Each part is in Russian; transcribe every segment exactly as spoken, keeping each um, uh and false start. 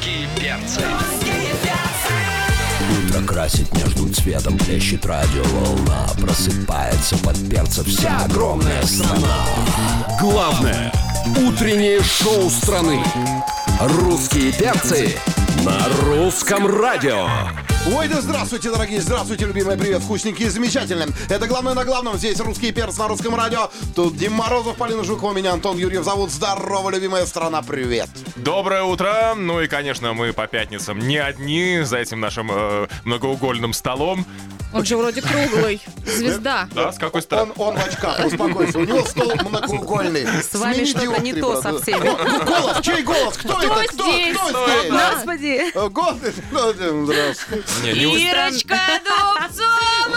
Русские перцы. Утро красит между цветом, плещет радиоволна. Просыпается под перцем вся огромная страна. Главное утреннее шоу страны. Русские перцы На русском радио. Ой, да здравствуйте, дорогие, здравствуйте, любимые, привет, вкусненькие, замечательные. Это «Главное на главном», здесь «Русские перцы» на русском радио. Тут Дим Морозов, Полина Жукова, меня Антон Юрьев зовут. Здорово, любимая страна, привет. Доброе утро. Ну и, конечно, мы по пятницам не одни за этим нашим э, многоугольным столом. Он же вроде круглый. Звезда. Да, с какой стороны? Он, он в очках, успокойся, у него стол многоугольный. С вами что-то не то со всеми. Голос, чей голос? Кто это? Кто? здесь? Кто здесь? Господи. Э, Голос, здравствуйте. Не, не ус- Ирочка Дубцова!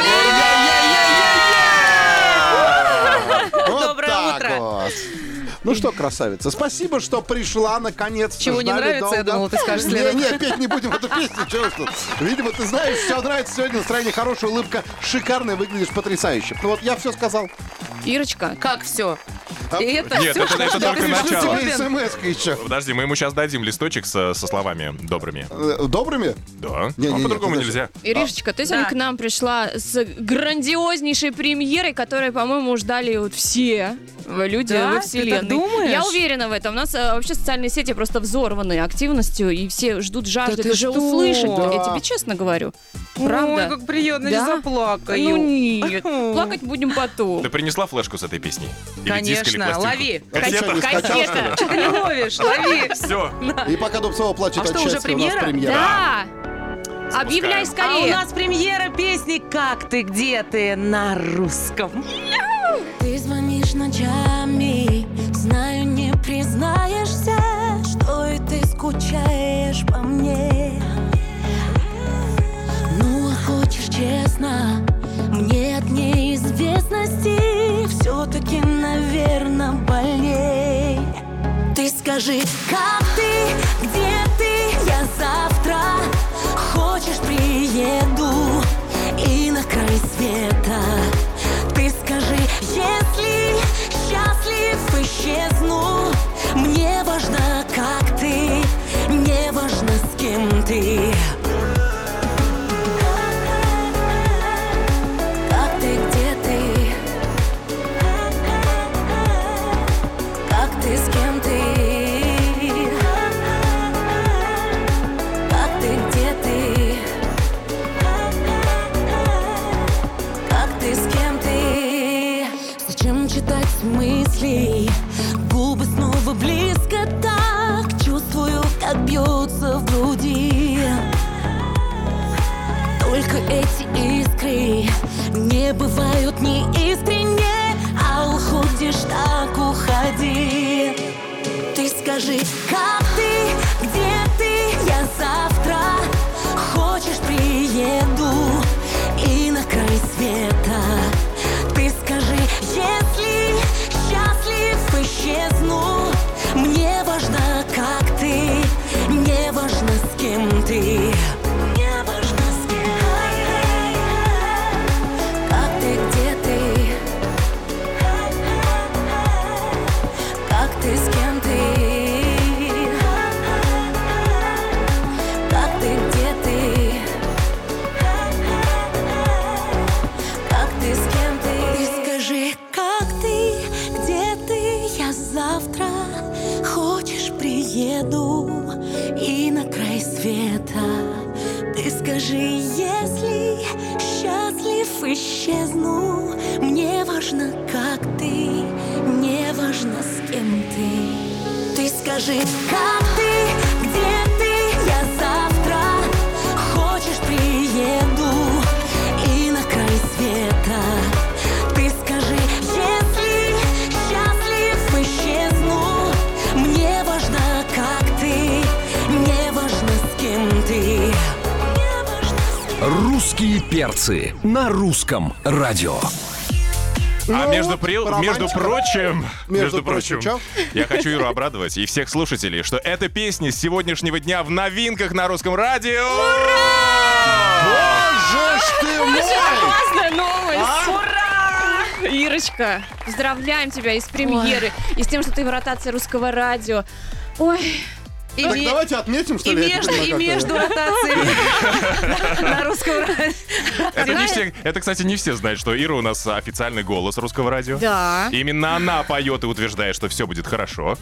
Вот Доброе так утро. вот. Ну что, красавица, спасибо, что пришла наконец. Чего не нравится, я думала, ты скажешь следом. Не, не, петь не будем эту песню, чего ж тут. Видимо, ты знаешь, все нравится сегодня, настроение хорошее, улыбка шикарная, выглядишь потрясающе. Ну вот, я все сказал. Ирочка, Как все? А- И это Нет, все, это- это что только ты начало. способен? Тебе смс-ка еще. Подожди, мы ему сейчас дадим листочек со, со словами добрыми. Э, Добрыми? Да, Не, не, а не, по-другому подожди. нельзя. Иришечка, ты сегодня Да. к нам пришла с грандиознейшей премьерой, которую, по-моему, ждали вот все люди Да? во Ты вселенной. так думаешь? Я уверена в этом. У нас э, вообще социальные сети просто взорваны активностью, и все ждут, жаждут ты уже что? услышать. Да. Я тебе честно говорю. Правда? Ой, как приятно, Да? не заплакаю. Ну нет, плакать будем потом. Ты принесла флешку с этой песней? Или диск, или Конечно, пластинку? лови. Кассета? Ты что, не скачал, что ли? Что ты не ловишь? Лови. Все. И пока Дубцова плачет А от что, уже счастья, у нас премьера? премьера. Да! Объявляй А у скорее. нас премьера песни «Как ты, где ты» на русском. Ты звонишь ночами, знаю, не признаешься, что и ты скучаешь по мне. Ну, а хочешь честно, мне от неизвестности все-таки, наверное, больней. Ты скажи, как ты, где ты, я завтра, хочешь, приеду и на край света. Ты скажи, если счастлив, исчезну. Мне важно, как ты, не важно, с кем ты. Как ты, где ты? Как ты, с кем ты? Как ты, где ты? Как ты, с кем ты? Зачем читать мысли? Губы снова близко так. Чувствую, как бьется в груди. Только эти искры не бывают неискренне. А уходишь, так уходи. Ты скажи, как ты, где ты? Я завтра, хочешь, приеду и на край света. Ты скажи, если счастлив, исчезну. Мне важно, как ты, не важно, с кем ты. Не важно, с кем. Как ты, где ты? Как ты, с кем ты? Как ты, где ты? Как ты, с кем ты? Ты скажи, как ты, где ты? Я завтра, хочешь, приеду и на край света. Ты скажи, если счастлив, исчезну. Мне важно, как ты, не важно, с кем ты. Ты скажи, как ты, где ты? Я завтра, хочешь, приеду и на край света. Ты скажи, если счастлив, исчезну. Мне важно, как ты, не важно, с кем ты. Не важно, с кем. Русские перцы на русском радио. А Ну, между, при- между романтика. прочим, Между между прочим, прочим, я хочу Иру обрадовать и всех слушателей, что эта песня с сегодняшнего дня в новинках на русском радио. Боже ж ты мой! Классная новость. А? Ура! Ирочка, поздравляем тебя и с премьеры, и с тем, что ты в ротации русского радио. Ой, И Так, ме- давайте отметим, что И ли? я между, теперь и как-то- между ротациями на русском радио. Это, не все, это, кстати, не все знают, что Ира у нас официальный голос русского радио. Да. Именно она поет и утверждает, что все будет хорошо.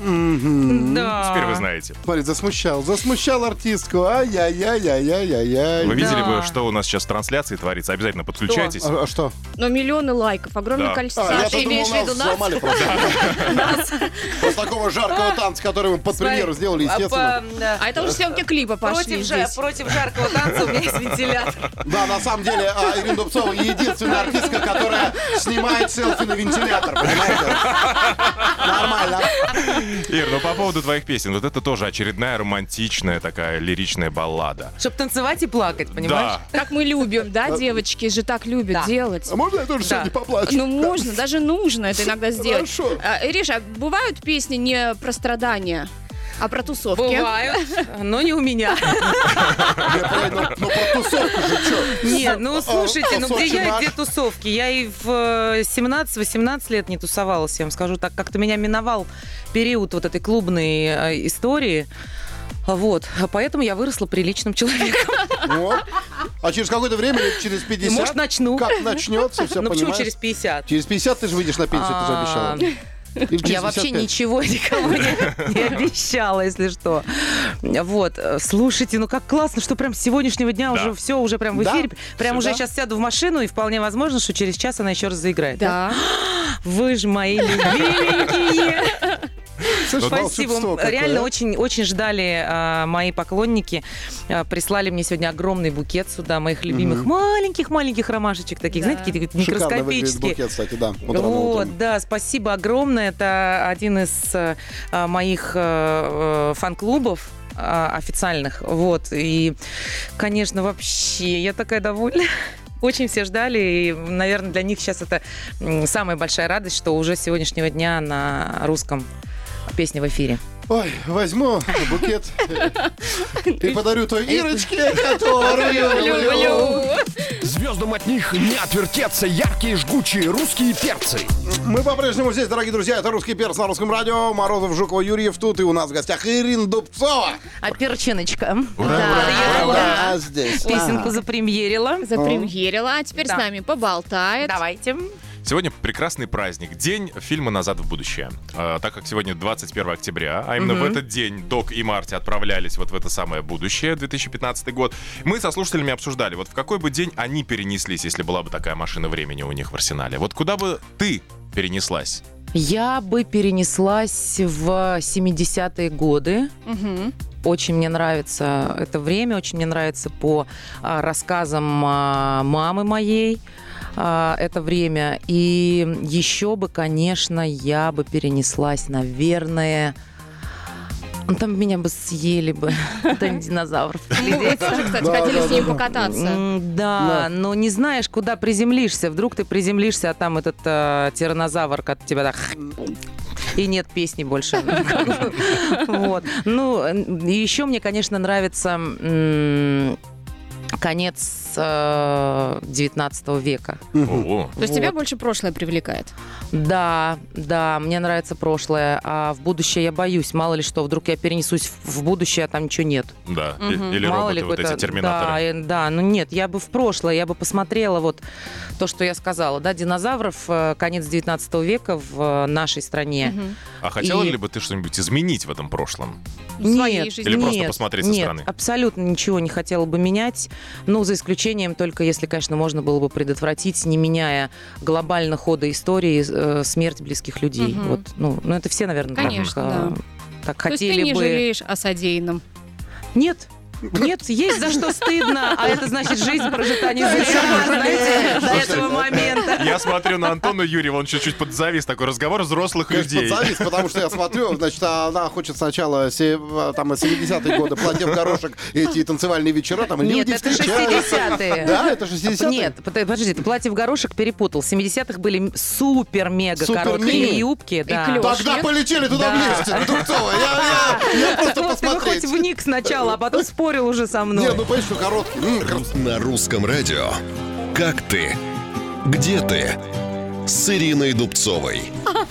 Да. Теперь вы знаете. Смотри, засмущал, засмущал артистку. Ай-яй-яй-яй-яй-яй. Вы видели Да. бы, что у нас сейчас в трансляции творится? Обязательно подключайтесь. А, а что? Но миллионы лайков, огромное Да. количество. А, я Ты подумал, имеешь в нас виду нас? сломали просто. После такого жаркого танца, который мы под премьеру сделали, А естественно. по- да. А это уже съемки клипа пошли Против, жа- здесь. против жаркого танца у меня есть вентилятор. Да, на самом деле, а, Ирина Дубцова единственная артистка, которая снимает селфи на вентилятор, понимаете? Нормально. Ир, ну по поводу твоих песен, вот это тоже очередная романтичная такая лиричная баллада. Чтобы танцевать и плакать, понимаешь? Да. Как мы любим, да, девочки же так любят Да. делать. А можно я тоже Да. сегодня поплачу? Ну, можно, даже нужно это иногда сделать. Хорошо. А, Ириша, а бывают песни не про страдания, а про тусовки? Бывают, но не у меня. Я понял, ну про тусовку же, что? Нет, ну слушайте, ну где я и Сочи где тусовки? Я и в семнадцать-восемнадцать лет не тусовалась, я вам скажу так. Как-то меня миновал период вот этой клубной э, истории. Вот, поэтому я выросла приличным человеком. Вот. А через какое-то время, лет через пятьдесят, Может, начну. как начнется, все Ну почему понимаешь? через пятьдесят? Через пятьдесят ты же выйдешь на пенсию, ты же А, обещала. Или через Я вообще пятьдесят пять? ничего никому не, не обещала, если что. Вот, слушайте, ну как классно, что прям с сегодняшнего дня Да. уже все, уже прям в Да. эфире. Прям Всё, уже да. сейчас сяду в машину, и вполне возможно, что через час она еще раз заиграет. Да. Вы же мои любименькие. Слышь, Спасибо. волшебство какое, Реально а? очень, очень ждали а, мои поклонники. А, прислали мне сегодня огромный букет сюда моих любимых маленьких-маленьких ромашечек таких, Да. знаете, такие Шикарно выглядит микроскопические. букет, кстати, да. Вот рано Вот, утром. да, спасибо огромное. Это один из э, а, моих э, э, фан-клубов а, официальных. Вот. И, конечно, вообще, я такая довольна. Очень все ждали, и, наверное, для них сейчас это м, самая большая радость, что уже с сегодняшнего дня на русском песня в эфире. Ой, возьму букет и подарю той Ирочке, которую люблю. Звездам от них не отвертеться яркие жгучие русские перцы. Мы по-прежнему здесь, дорогие друзья. Это «Русский перц» на русском радио. Морозов, Жукова, Юрьев тут. И у нас в гостях Ирина Дубцова. А перчиночка. Да. Ура, здесь. Песенку запремьерила. Запремьерила, а теперь Да. с нами поболтает. Давайте. Сегодня прекрасный праздник, день фильма «Назад в будущее». Э, так как сегодня двадцать первое октября, а именно в этот день Док и Марти отправлялись вот в это самое будущее, две тысячи пятнадцатый год, мы со слушателями обсуждали, вот в какой бы день они перенеслись, если была бы такая машина времени у них в арсенале. Вот куда бы ты перенеслась? Я бы перенеслась в семидесятые годы. Мгм. Очень мне нравится это время, очень мне нравится по а, рассказам а, мамы моей а, это время. И еще бы, конечно, я бы перенеслась, наверное... Ну, там меня бы съели бы, там динозавров. Мы бы тоже, кстати, Да, хотели да, с ним да. покататься. М, Да, Да. но не знаешь, куда приземлишься. Вдруг ты приземлишься, а там этот э, тираннозавр от тебя так... И нет песни больше. Вот. Ну, и еще мне, конечно, нравится м, конец э, девятнадцатого века. О, То есть тебя больше прошлое привлекает? Да, да, мне нравится прошлое, а в будущее я боюсь. Мало ли что, вдруг я перенесусь в в будущее, а там ничего нет. да. И- Или Мало роботы, ли вот какой-то- эти терминаторы. Да, э, да, ну нет, я бы в прошлое, я бы посмотрела вот то, что я сказала, да, динозавров, э, конец девятнадцатого века в э, нашей стране. Мгм. А хотела И- ли бы ты что-нибудь изменить в этом прошлом? В своей Нет, жизни. Или просто нет, посмотреть со нет, стороны? абсолютно ничего не хотела бы менять, ну, за исключением только, если, конечно, можно было бы предотвратить, не меняя глобально хода истории, э, смерть близких людей. Мгм. Вот, ну, ну, это все, наверное, Конечно, так, э, так То есть ты хотели не бы. жалеешь о содеянном? Нет. Нет, есть за что стыдно, а это значит, жизнь прожита не зря, знаете, до этого момента. Я смотрю на Антона Юрьева, он чуть-чуть подзавис, такой разговор взрослых Конечно, людей. подзавис, потому что я смотрю, значит, она хочет сначала се- там семидесятые годы, платье в горошек, эти танцевальные вечера, там Нет, люди это встречаются. шестидесятые. Да, это шестидесятые? Нет, под- подожди, ты платье в горошек перепутал. В семидесятых были супер-мега Супер короткие мини. юбки. Да. клёш. Тогда полетели туда Да. вместе, Дубцова. Я, я, я просто Вот ты бы хоть посмотреть. вник сначала, а потом спорил уже со мной. Не, ну понимаешь, что короткий. М, крас- На русском радио. Как ты? Где ты? С Ириной Дубцовой.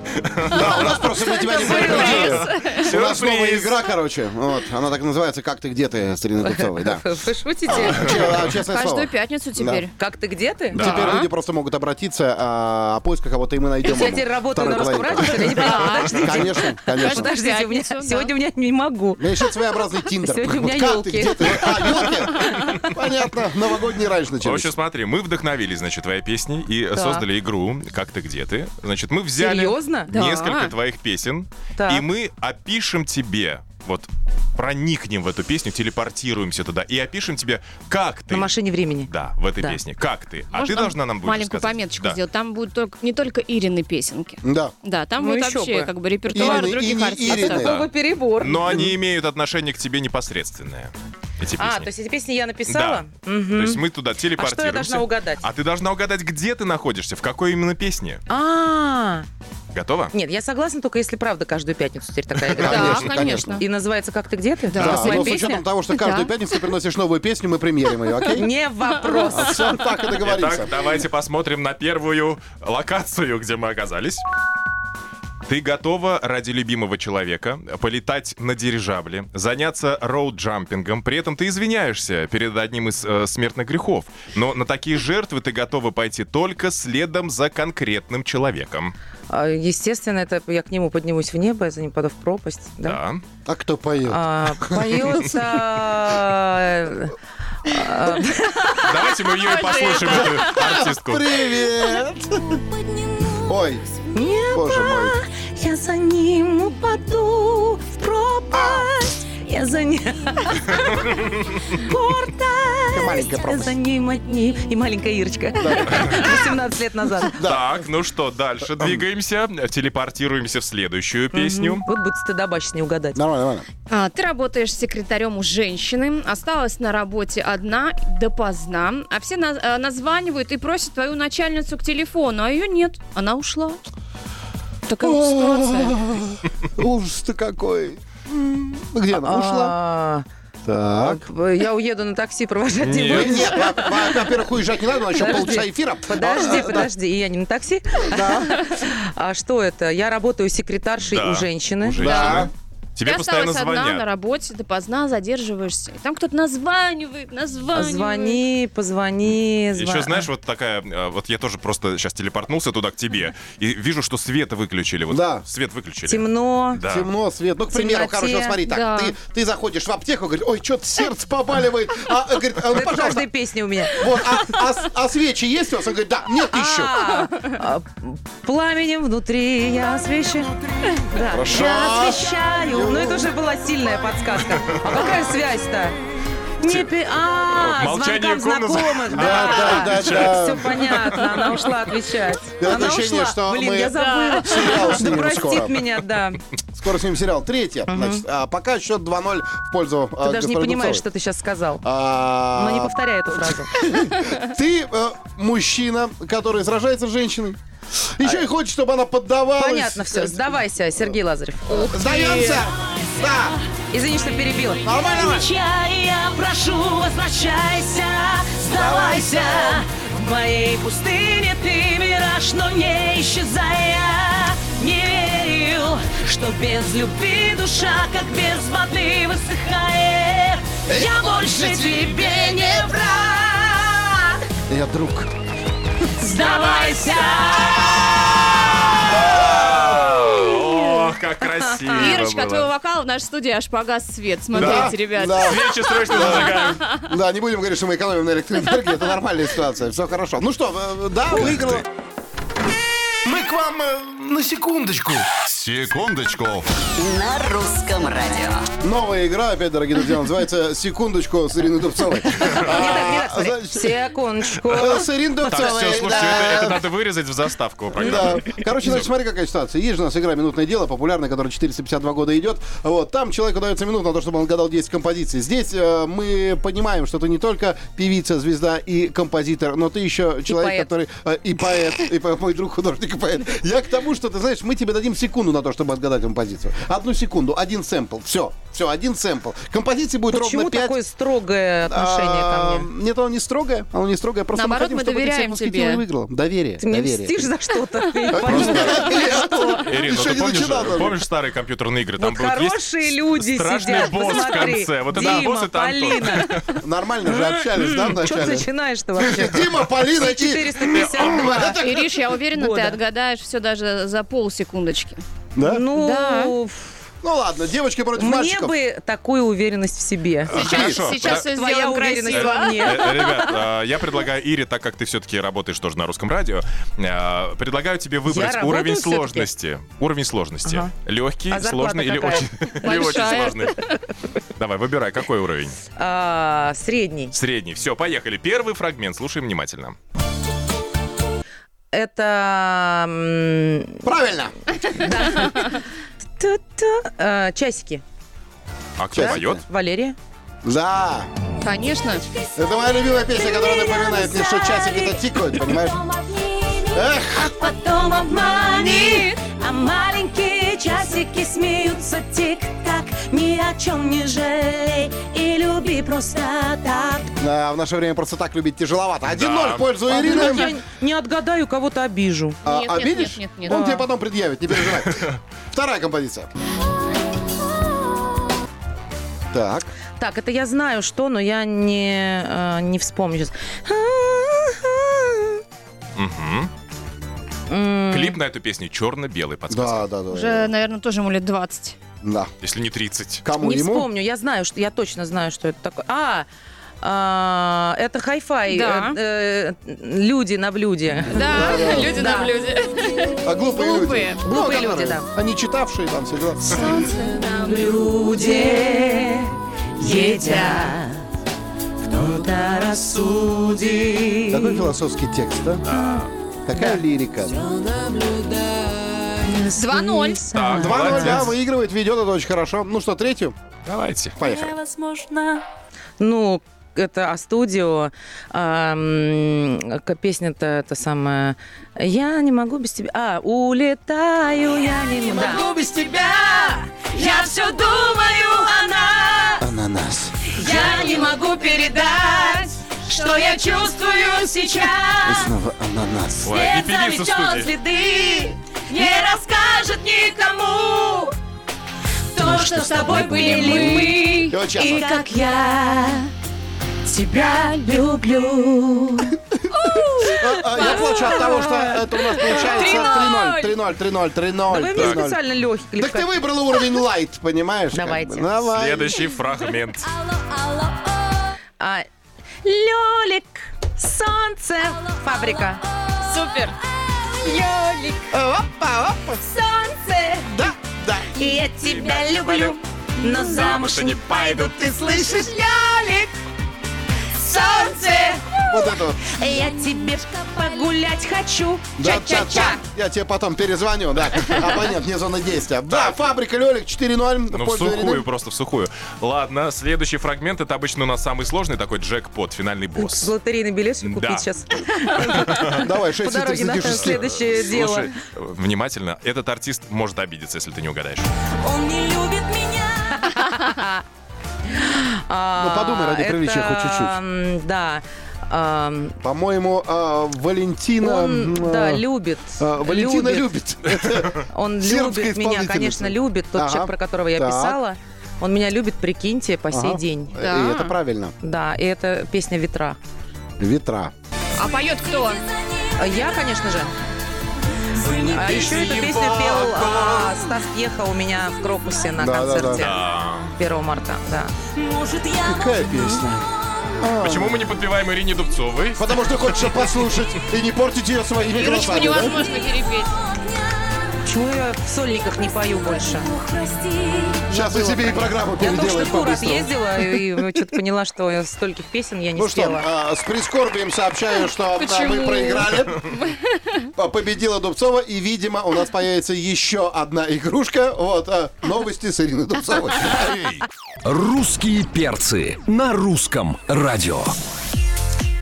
Да, у нас просто мы тебя не предупредили. У нас новая Сюрприз. игра, короче. Вот, она так называется «Как ты, где ты» с Ириной Дубцовой, да. Вы шутите? Че- а, Честное слово. Каждую пятницу теперь. Как ты, где ты? Теперь люди просто могут обратиться а, о поиске кого-то, и мы найдем. Я ему теперь работаю вторую на русском половинку. радио, что ли? Я не поняла. Подождите. Конечно, конечно. Подождите, у меня Пятницу, да. сегодня у меня не могу. У меня еще своеобразный тиндер. Сегодня у меня Вот как ёлки. ты, где ты? А, елки? Понятно, новогодний раньше В начались. общем, смотри, мы вдохновились, значит, твоей песней и Так. создали игру «Как ты, где ты?». Значит, мы взяли Серьезно? Да. несколько твоих песен, Так. и мы опишем тебе, вот проникнем в эту песню, телепортируемся туда и опишем тебе, как ты. На машине времени. Да, в этой Да. песне. Как ты. А Можно ты должна нам будешь маленькую сказать. пометочку Да. сделать. Там будут только, не только Ирины песенки. Да. Да, там Ну будет еще вообще бы. как бы репертуар Ирины, других Ини- артистов. Ирины. Такой бы перебор. Но они имеют отношение к тебе непосредственное. Эти песни. А, то есть эти песни я написала? Да. Мгм. То есть мы туда А телепортируемся. что я должна угадать? А ты должна угадать, где ты находишься, в какой именно песне. А, Готова? нет, я согласна, только если правда каждую пятницу теперь такая игра. Да, Конечно, конечно. И называется «Как ты, где ты»? Да. Это Да, моя но с песня? учетом того, что каждую Да. пятницу ты приносишь новую песню, мы премьерим ее, окей? Не вопрос. Все так и договоримся. Итак, давайте посмотрим на первую локацию, где мы оказались. Ты готова ради любимого человека полетать на дирижабле, заняться роуд-джампингом, при этом ты извиняешься перед одним из э, смертных грехов. Но на такие жертвы ты готова пойти только следом за конкретным человеком. А, Естественно, это я к нему поднимусь в небо, я за ним паду в пропасть. Да. Да. А кто поет? А, Поется... а, Давайте мы ее и послушаем, эту артистку. Привет! Ой, боже мой. Я за ним упаду в пропасть. Я за ним... Маленькая Я пропасть. за ним одним. И маленькая Ирочка. восемнадцать лет назад. Так, ну что, дальше двигаемся, телепортируемся в следующую песню. Вот будет стыдоба сейчас не угадать. Нормально, нормально. А, ты работаешь секретарем у женщины, осталась на работе одна допоздна, а все на- э, названивают и просят твою начальницу к телефону, а ее нет, она ушла. Такая вот ситуация. Ужас-то какой. М, Где она? Ушла? А, Так. Я уеду на такси провожать не Нет. буду. Нет, во- во- во-первых, уезжать не надо, но еще Подожди. полчаса эфира. Подожди, А, подожди, и я не на такси. Да. А что это? Я работаю секретаршей Да, у женщины. у женщины. Да. Тебе Ты постоянно осталась одна на звонят. работе, допоздна задерживаешься. И там кто-то названивает, названивает. Звони, позвони, звони. Еще, знаешь, вот такая, э, вот я тоже просто сейчас телепортнулся туда к тебе, и вижу, что свет выключили. Вот Да. свет выключили. Темно. Да. Темно, свет. Ну, к примеру, Темноте. короче, вот смотри, так, Да. ты, ты заходишь в аптеку, говорит, ой, что-то сердце побаливает. А, а, говорит, а, ну, Это пожалуйста, каждая песня у меня. вот, а, а с- а свечи есть у вас? Он говорит, да, нет еще. А, а, Пламенем внутри я освещаю. Да, Хорошо. я освещаю. Ну, это уже была сильная подсказка. А какая связь-то? Не пи... А, Молчание звонкам комнаты. знакомых. Да, да, да, да. Все понятно, она ушла отвечать. Да, Она ощущение, ушла. что Блин, мы я забыла. сериал Да снимем простит скоро. меня, да. Скоро снимем сериал. Третье. Значит, а, пока счет два ноль в пользу Ты даже не понимаешь, что ты сейчас сказал. Но не повторяй эту фразу. Ты э, мужчина, который сражается с женщиной. Еще и хочет, чтобы она поддавалась. Понятно все. Сдавайся, Сергей Лазарев. Сдаемся? Да. Извини, что перебила. Нормально? Я прошу, возвращайся, сдавайся. В моей пустыне ты мираж, но не исчезая. Не верю, что без любви душа, как без воды, высыхает. Я больше тебе не враг. Я друг. Сдавайся. Ох, как красиво Ирочка, от было. твоего вокала в нашей студии аж погас свет. Смотрите, Да, ребята. да. Свечи срочно зажигаем. Да, не будем говорить, что мы экономим на электроэнергии. Это нормальная ситуация. Все хорошо. Ну что, э, да, выиграла. Мы к вам э, на секундочку. Секундочку. На русском радио. Новая игра, опять, дорогие друзья, называется «Секундочку» с Ириной Дубцовой. Не так, не так, смотри. значит, Секундочку. э, С Ириной Так, Дубцовой. все, слушайте, да. это, это надо вырезать в заставку программы. Да. Короче, значит, смотри, какая ситуация. Есть же у нас игра «Минутное дело», популярная, которая четыреста пятьдесят два года идет. Вот, там человеку дается минута на то, чтобы он гадал десять композиций. Здесь э, мы понимаем, что ты не только певица, звезда и композитор, но ты еще человек, поэт. который... э, и поэт, и по- мой друг художник и поэт. Я к тому, что, ты знаешь, мы тебе дадим секунду на то, чтобы отгадать композицию. Одну секунду, один сэмпл, все. Все, один сэмпл. Композиции будет Почему ровно пять. такое строгое отношение А, ко мне? Нет, оно не строгое, оно не строгое. Просто Наоборот, мы хотим, мы чтобы ты доверяем всех восхитила тебе. и выиграла. Доверие. Ты мне доверие. мстишь за что-то? Ты Просто- понимаешь? Ирина, Еще ты не помнишь, начинал даже. помнишь старые компьютерные игры? Там Вот был есть хорошие люди страшный сидят, босс в посмотри. конце. Вот это Дима, босс, это Антон. Полина. Нормально же общались, да, Что ты вначале? начинаешь-то вообще? Дима, Полина и... четыреста пятьдесят два. Ириш, я уверена, ты Года. отгадаешь все даже за полсекундочки. Да? Ну, Ну ладно, девочки против мне мальчиков. бы такую уверенность в себе. Сейчас, Хорошо. сейчас Да. все Твоя сделаем уверенность красиво. во мне. Э, Ребят, э, я предлагаю Ире, так как ты все-таки работаешь тоже на русском радио, э, предлагаю тебе выбрать работаю уровень всё-таки? сложности. Уровень сложности. Ага. Легкий, А зарплата сложный или какая? очень, или очень Большая. сложный. Давай, выбирай, какой уровень? А, Средний. Средний. Все, поехали. Первый фрагмент. Слушаем внимательно. Это м, Правильно. ту-ту, э, часики. А кто Часики? поет? Валерия. Да. Конечно. Это моя любимая песня, которая напоминает мне, что часики-то тикают, понимаешь? Эх, А потом обманет, а маленькие часики смеются тик-так. Ни о чем не жалей и люби просто так. да, в наше время просто так любить тяжеловато. один ноль Да. в пользу А вдруг Ирины. я не отгадаю, кого-то обижу. А, Нет, а нет, видишь? нет, нет, нет. Он Да. тебе потом предъявит, не переживай. Вторая композиция. Так. Так, это я знаю что, но я не, э, не вспомню сейчас. Мгм. М, Клип на эту песню черно-белый, подсказка. Да, да, да. Уже, наверное, тоже ему лет двадцать. Да. Если не тридцать. Кому Не ему? вспомню, я знаю, что я точно знаю, что это такое. А, а, это хай-фай. Да. э, э, люди на блюде. Да, да. люди Да. на блюде. А глупые, Глупые. люди. Глупые Ну, люди, которые- да. Они читавшие там все дела. Люди едят, кто-то рассудит. Такой философский текст, да? Какая лирика. два ноль. Так, два ноль, да, молодец. выигрывает, ведет, это очень хорошо. Ну что, третью? Давайте. Поехали. Невозможно. Ну, это А-студио. А, м, к- песня-то это самая... Я не могу без тебя... А, улетаю, я не могу. без тебя, я все думаю она. Ананас. Я не могу передать, что я чувствую И сейчас. снова ананас. Ой, и След певица в заметет студии. следы, не расскажет никому то, что с тобой были мы. И вот сейчас И вот. как я тебя люблю. А, Я плачу от того, что это у нас получается три ноль, три ноль, три ноль, три Да ноль, вы три мне ноль. специально легкий. Так ты выбрала уровень лайт, понимаешь? как Давайте. бы. Давай. Следующий фрагмент. А, Лёлик, солнце, фабрика. Супер. Лёлик, Опа, опа. солнце, Да, да. и я тебя люблю, но замуж не пойду. Ты слышишь, Лёлик, солнце, Вот это вот. я тебе погулять хочу. Да, да, Ча-ча-ча. да. Я тебе потом перезвоню, да. Абонент, не зона действия. Да, фабрика Лёлик четыре ноль. в Ну, в пользу сухую, Ирины. просто в сухую. Ладно, следующий фрагмент. Это обычно у нас самый сложный такой джекпот, финальный босс. Лотерейный билет чтобы Да. купить сейчас. Давай, По шесть дороге на тридцать шесть. следующее дело. Слушай, э, внимательно. Этот артист может обидеться, если ты не угадаешь. Он не любит меня. Ну, подумай ради Это, приличия хоть чуть-чуть. м, Да. Ам, По-моему, а, Валентина... Он, м, да, а, любит. а, Валентина любит. Он Сербская любит меня, исполнительница. конечно, любит. Тот Ага. человек, про которого я Так. писала. Он меня любит, прикиньте, по сей Ага. день. И Да. это правильно. Да, и это песня «Ветра». Ветра. А поет кто? А Я, конечно же. А еще эту песню пел а, Стас Пьеха у меня в Крокусе на Да, да, да. концерте Да. первого марта. Да. Может, я Какая песня? Почему мы не подпеваем Ирине Дубцовой? Потому что хочешь послушать и не портить ее своими Ирочку голосами, да? невозможно перепеть. Почему я в сольниках не пою больше? Сейчас я себе и программу Я только переделаю что в тур по-быстрому. отъездила и что-то поняла, что стольких песен я не Ну что, спела. а, с прискорбием сообщаю, что а, мы Почему? проиграли. П- Победила Дубцова, и, видимо, у нас появится еще одна игрушка. Вот, а, новости с Ириной Дубцовой. Русские перцы на русском радио. Па-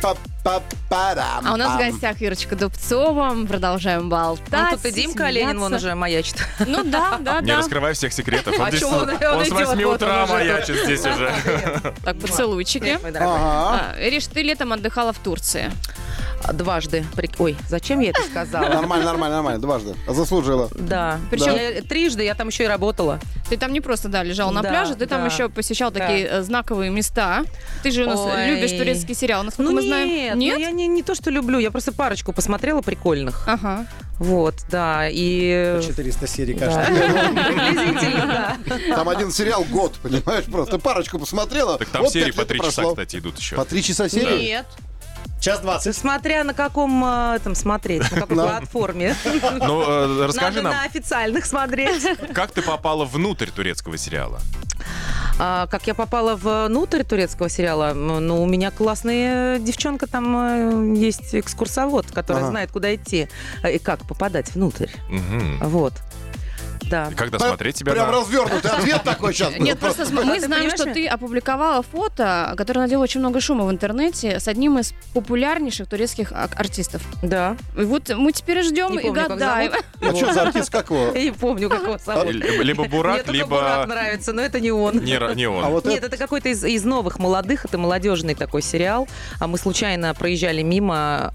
Па-па-па-па-дам. А у нас в гостях Ирочка Дубцова. Мы продолжаем болтать. Ну, тут и Димка Оленин, вон уже маячит. Ну да, да, Не да. раскрывай всех секретов. Он, А здесь- чё он- он он с идёт, восьми вот утра он уже маячит здесь уже. Так, поцелуйчики. Мой дорогой. Ага. А, Ириш, ты летом отдыхала в Турции. Дважды. Прик- Ой, зачем я это сказала? Нормально, нормально, нормально. Дважды. Заслужила. Да. Причём- Я трижды, я там еще и работала. Ты там не просто, да, лежал на Да, пляже, ты там да. еще посещал Да. такие э, знаковые места. Ты же у нас Ой. любишь турецкий сериал, насколько Ну мы нет, знаем. ну я не, не то, что люблю, я просто парочку посмотрела прикольных. Ага. Вот, да, и... четыреста серий Да. каждый. Приблизительно, да. Там один сериал год, понимаешь, просто парочку посмотрела. Так там вот серии пять по лет три часа, прошло. кстати, идут еще. По три часа серии? Нет. Час двадцать. Смотря на каком э, там смотреть, на какой На- платформе. Ну, э, расскажи Надо нам, на официальных смотреть. как ты попала внутрь турецкого сериала? А, как я попала внутрь турецкого сериала? М, Ну, у меня классная девчонка, там э, есть экскурсовод, которая Ага. знает, куда идти э, и как попадать внутрь. Мгм. Вот. Да. И как досмотреть тебя Прям на... развернутый ответ такой сейчас. был. Нет, просто см- мы Ты знаем, понимаешь что меня? ты опубликовала фото, которое надело очень много шума в интернете с одним из популярнейших турецких ак- артистов. Да. И вот мы теперь ждем Не и помню, как гадаем. А что за артист, как его? Я не помню, как его зовут. Л- Либо Мне Бурак, только Бурак либо... нравится, но это не он. Не, ра- не он. А вот Нет, это... это какой-то из, из новых молодых, это молодежный такой сериал. А мы случайно проезжали мимо,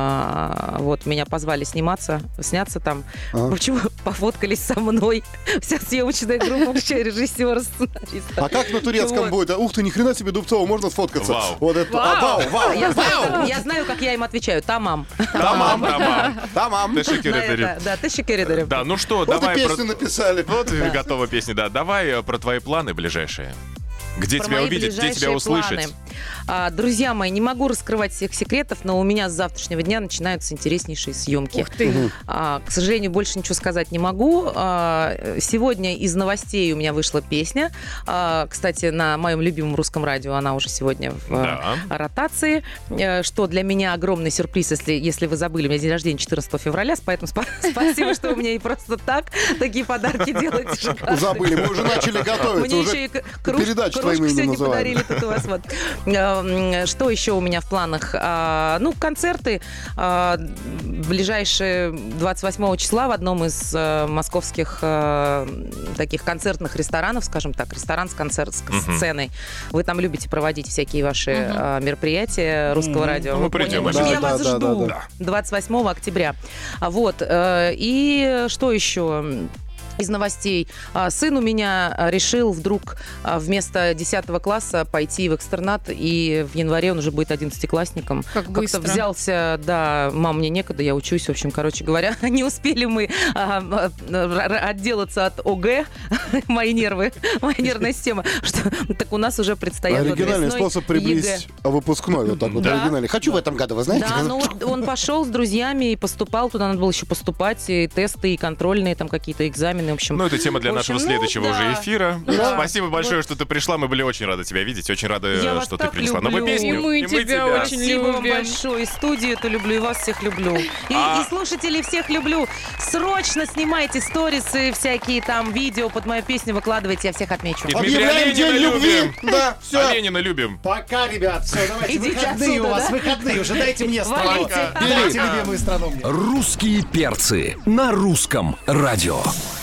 а, вот меня позвали сниматься, сняться там. Ага. Почему пофоткались со мной? Вся съемочная группа, вообще режиссер, сценарист. А как на турецком Вот. будет? Ух ты, ни хрена себе, Дубцова, можно сфоткаться? Вау. Вот это. А, вау, вау, Я знаю, вау. как- я знаю, как я им отвечаю. Тамам. Тамам, тамам. Тамам. Teşekkür На ederim. это, Да, тысяча кередерев. Да, ну что, Вот и давай... песню про- написали. Вот и готова песня, да. Давай э, про твои планы ближайшие. Где Про тебя мои увидеть, где тебя ближайшие услышать? планы. А, друзья мои, не могу раскрывать всех секретов, но у меня с завтрашнего дня начинаются интереснейшие съемки. Ух ты. А, к сожалению, больше ничего сказать не могу. А, сегодня из новостей у меня вышла песня. А, кстати, на моем любимом русском радио она уже сегодня в Да. а, ротации. Э, Что для меня огромный сюрприз, если, если вы забыли, у меня день рождения четырнадцатого февраля, поэтому спа- спасибо, что вы мне и просто так такие подарки делаете. шикарные. Забыли, мы уже начали готовиться. Мне уже еще и к- круж- передачу твоим кружку именем сегодня называем. подарили тут у вас. Вот. Э, м, Что еще у меня в планах? А, Ну, концерты. А, Ближайшие двадцать восьмого числа в одном из э, московских э, таких концертных ресторанов, скажем так, ресторан с концерт с Мгм. сценой. Вы там любите проводить всякие ваши Мгм. э, мероприятия русского Мгм. радио. Ну, мы Вы поняли? придем В общем, обязательно. я вас Да, да, жду да, двадцать восьмого октября. А, Вот. э, И что еще? Из новостей. А, Сын у меня а, решил вдруг а, вместо десятого класса пойти в экстернат, и в январе он уже будет одиннадцатиклассником. Как Как-то быстро. взялся, да, мам, мне некогда, я учусь, в общем, короче говоря, не успели мы а, а, р- р- отделаться от ОГЭ, мои нервы, моя нервная система, что так у нас уже предстоят вот Оригинальный весной способ ЕГЭ. приблизить выпускной. Вот так вот Да. оригинальный. Хочу в этом году, вы знаете? Да, ну вот он пошел с друзьями и поступал, туда надо было еще поступать, и тесты, и контрольные, там какие-то экзамены, в общем. Ну, это тема для В общем, нашего ну, следующего да. уже эфира. Да. Спасибо большое, что ты пришла. Мы были очень рады тебя видеть. Очень рады, Я вас что ты так принесла люблю. новую песню. И мы тебя очень Спасибо вам любим. большое. И студию эту люблю, и вас всех люблю. И, А- и слушателей всех люблю. Срочно снимайте сторисы, всякие там видео под мою песню выкладывайте, я всех отмечу. И Дмитрия Объявляем Оленина день любви. любим. Да, все. Оленина любим. Пока, ребят, все, давайте, Идите выходные отсюда, у вас, да? выходные уже, дайте мне Валите. страну. Дайте любимую страну мне. Русские перцы на русском радио.